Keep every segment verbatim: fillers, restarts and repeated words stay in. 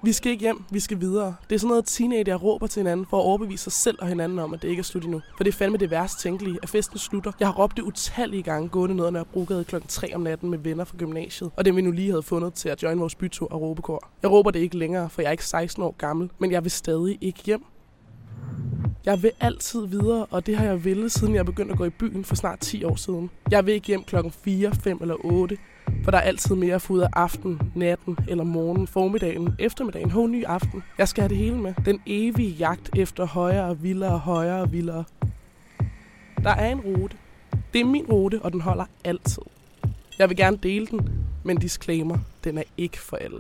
Vi skal ikke hjem, vi skal videre. Det er sådan noget, teenager råber til hinanden for at overbevise sig selv og hinanden om, at det ikke er slut endnu. For det er fandme det værste tænkelige, at festen slutter. Jeg har råbt det utallige gange gående ned ad Nørrebrogade klokken tre om natten med venner fra gymnasiet, og dem vi nu lige havde fundet til at join vores bytur og råbekor. Jeg råber det ikke længere, for jeg er ikke seksten år gammel, men jeg vil stadig ikke hjem. Jeg vil altid videre, og det har jeg villet, siden jeg begyndte at gå i byen for snart ti år siden. Jeg vil ikke hjem klokken fire, fem eller otte, for der er altid mere at få ud af aften, natten eller morgen, formiddagen, eftermiddagen, ho, ny aften. Jeg skal have det hele med. Den evige jagt efter højere, vildere, højere og vildere. Der er en rute. Det er min rute, og den holder altid. Jeg vil gerne dele den, men disclaimer, den er ikke for alle.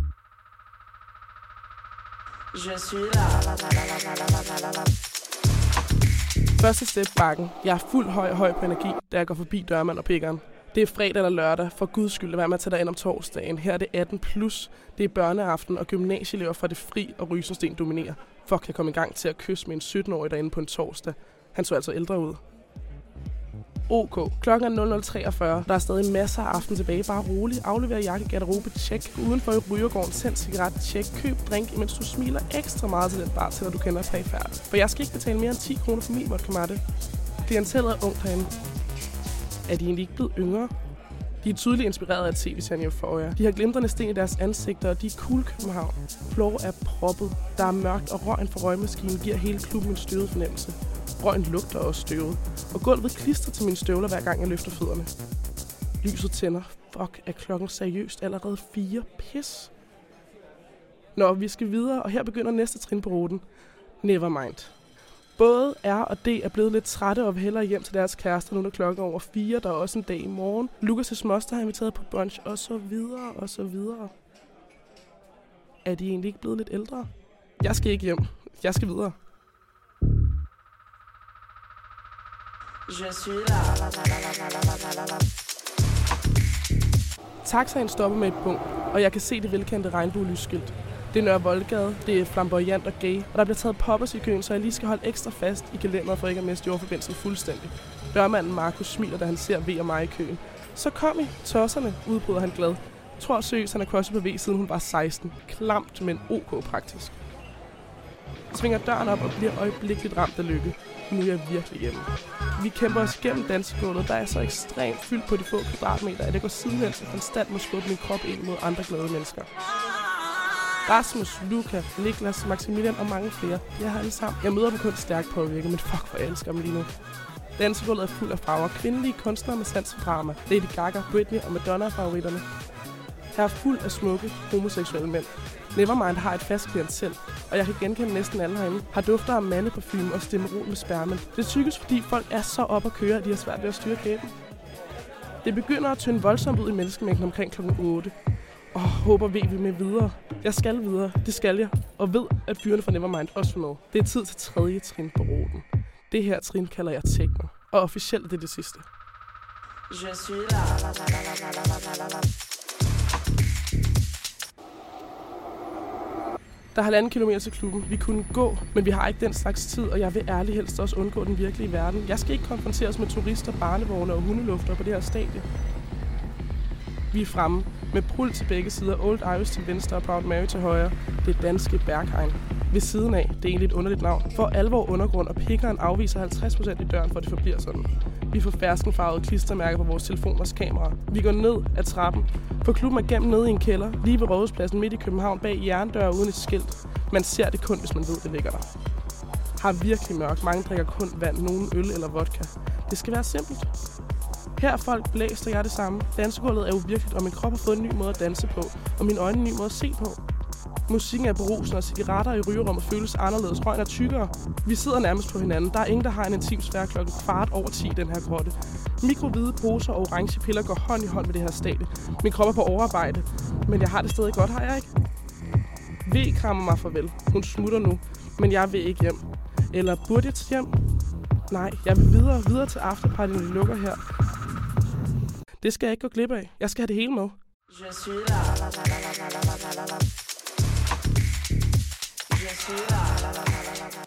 Første step bakken. Jeg er fuld høj høj på energi, da jeg går forbi dørmand og pikkeren. Det er fredag eller lørdag. For guds skyld, lad være med at tage dig ind om torsdagen. Her er det atten plus. Det er børneaften, og gymnasieelever fra det fri og Rysensten dominerer. Fuck, jeg kom i gang til at kysse med en sytten-årig derinde på en torsdag. Han så altså ældre ud. OK. Klokken er nul nul treogfyrre. Der er stadig masser af aften tilbage. Bare rolig. Aflever jakke, garderobe, tjek. Udenfor i rygergården, send cigaret, tjek. Køb drink, imens du smiler ekstra meget til den bar, til når du kender præfærd. For jeg skal ikke betale mere end ti kroner for min vodka matte. Klientellet er ungt herinde. Er de egentlig ikke blevet yngre? De er tydeligt inspireret af T V-serien Euphoria. De har glimrende sten i deres ansigter, og de er cool København. Floor er proppet. Der er mørkt, og røgen fra røgmaskinen giver hele klubben en støvet fornemmelse. Røgen lugter også støvet, og gulvet klister til mine støvler, hver gang jeg løfter fødderne. Lyset tænder. Fuck, er klokken seriøst allerede fire? Pis. Nå, vi skal videre, og her begynder næste trin på ruten. Nevermind. Både R og D er blevet lidt trætte og vil hellere hjem til deres kærester, nu er klokken over fire. Der er også en dag i morgen. Lukas' moster har inviteret på brunch, og så videre, og så videre. Er de egentlig ikke blevet lidt ældre? Jeg skal ikke hjem. Jeg skal videre. Taxaen stopper med et punkt, og jeg kan se det velkendte regnbue-lysskilt. Det er Nørre Voldgade, det er flamboyant og gay, og der bliver taget poppers i køen, så jeg lige skal holde ekstra fast i kalenderet for ikke at miste jordforbindelsen fuldstændig. Dørmanden Markus smiler, da han ser V og mig i køen. Så kom I, tosserne, udbryder han glad. Jeg tror seriøst, han har crushet på V, siden hun var seksten. Klamt, men OK praktisk. Svinger døren op og bliver øjeblikkeligt ramt af lykke. Nu er jeg virkelig hjemme. Vi kæmper os gennem dansegulvet, der er så ekstremt fyldt på de få kvadratmeter, at jeg går sidelæns og konstant må skubbe min krop ind mod andre glade mennesker. Rasmus, Luca, Niklas, Maximilian og mange flere. Jeg har alle sammen. Jeg møder dem kun stærkt påvirket, men fuck, hvor jeg elsker dem lige nu. Dansegulvet er fuld af farver. Kvindelige kunstnere med sans for drama. Lady Gaga, Britney og Madonna er favoritterne. Her er fuld af smukke, homoseksuelle mænd. Nevermind har et fast klientel, og jeg kan genkende næsten alle herinde. Har dufter af mandeparfume og stemmerol med spermen. Det er typisk, fordi folk er så op at køre, at de har svært ved at styre kæben. Det begynder at tynde voldsomt ud i menneskemængden omkring klokken otte. Og håber ved vi med videre. Jeg skal videre, det skal jeg, og ved, at fyrene fra Nevermind også er med. Det er tid til tredje trin på ruten. Det her trin kalder jeg techno, og officielt er det det sidste. Der er halvanden kilometer til klubben. Vi kunne gå, men vi har ikke den slags tid, og jeg vil ærligt helst også undgå den virkelige verden. Jeg skal ikke konfronteres med turister, barnevogne og hundelufter på det her stadie. Vi er fremme med brul til begge sider, Old Irish til venstre og Proud Mary til højre. Det er danske Berghain. Ved siden af, det er egentlig et underligt navn, for alvor undergrund, og pikkeren afviser halvtreds procent i døren, for at det forbliver sådan. Vi får ferskenfarvede klistermærker på vores telefoners kamera. Vi går ned ad trappen, for klubben er gemt nede i en kælder, lige ved Rådhuspladsen midt i København, bag jerndøre uden et skilt. Man ser det kun, hvis man ved, det ligger der. Har virkelig mørkt. Mange drikker kun vand, nogen øl eller vodka. Det skal være simpelt. Her er folk blæst, og jeg er det samme. Dansegulvet er uvirkeligt, og min krop har fået en ny måde at danse på, og mine øjne en ny måde at se på. Musikken er berusende, og cigaretter i rygerummet føles anderledes. Røgen er tykkere. Vi sidder nærmest på hinanden. Der er ingen, der har en intim sfære klokken kvart over ti i den her grotte. Mikrohvide poser og orange piller går hånd i hånd med det her stadie. Min krop er på overarbejde, men jeg har det stadig godt, har jeg ikke? V krammer mig farvel. Hun smutter nu, men jeg vil ikke hjem. Eller burde jeg til hjem? Nej, jeg vil videre, videre til afterparty, når de lukker her. Det skal jeg ikke gå glip af. Jeg skal have det hele med. Je suis là, la la la la la la la la la. Je suis là, la la la la la la.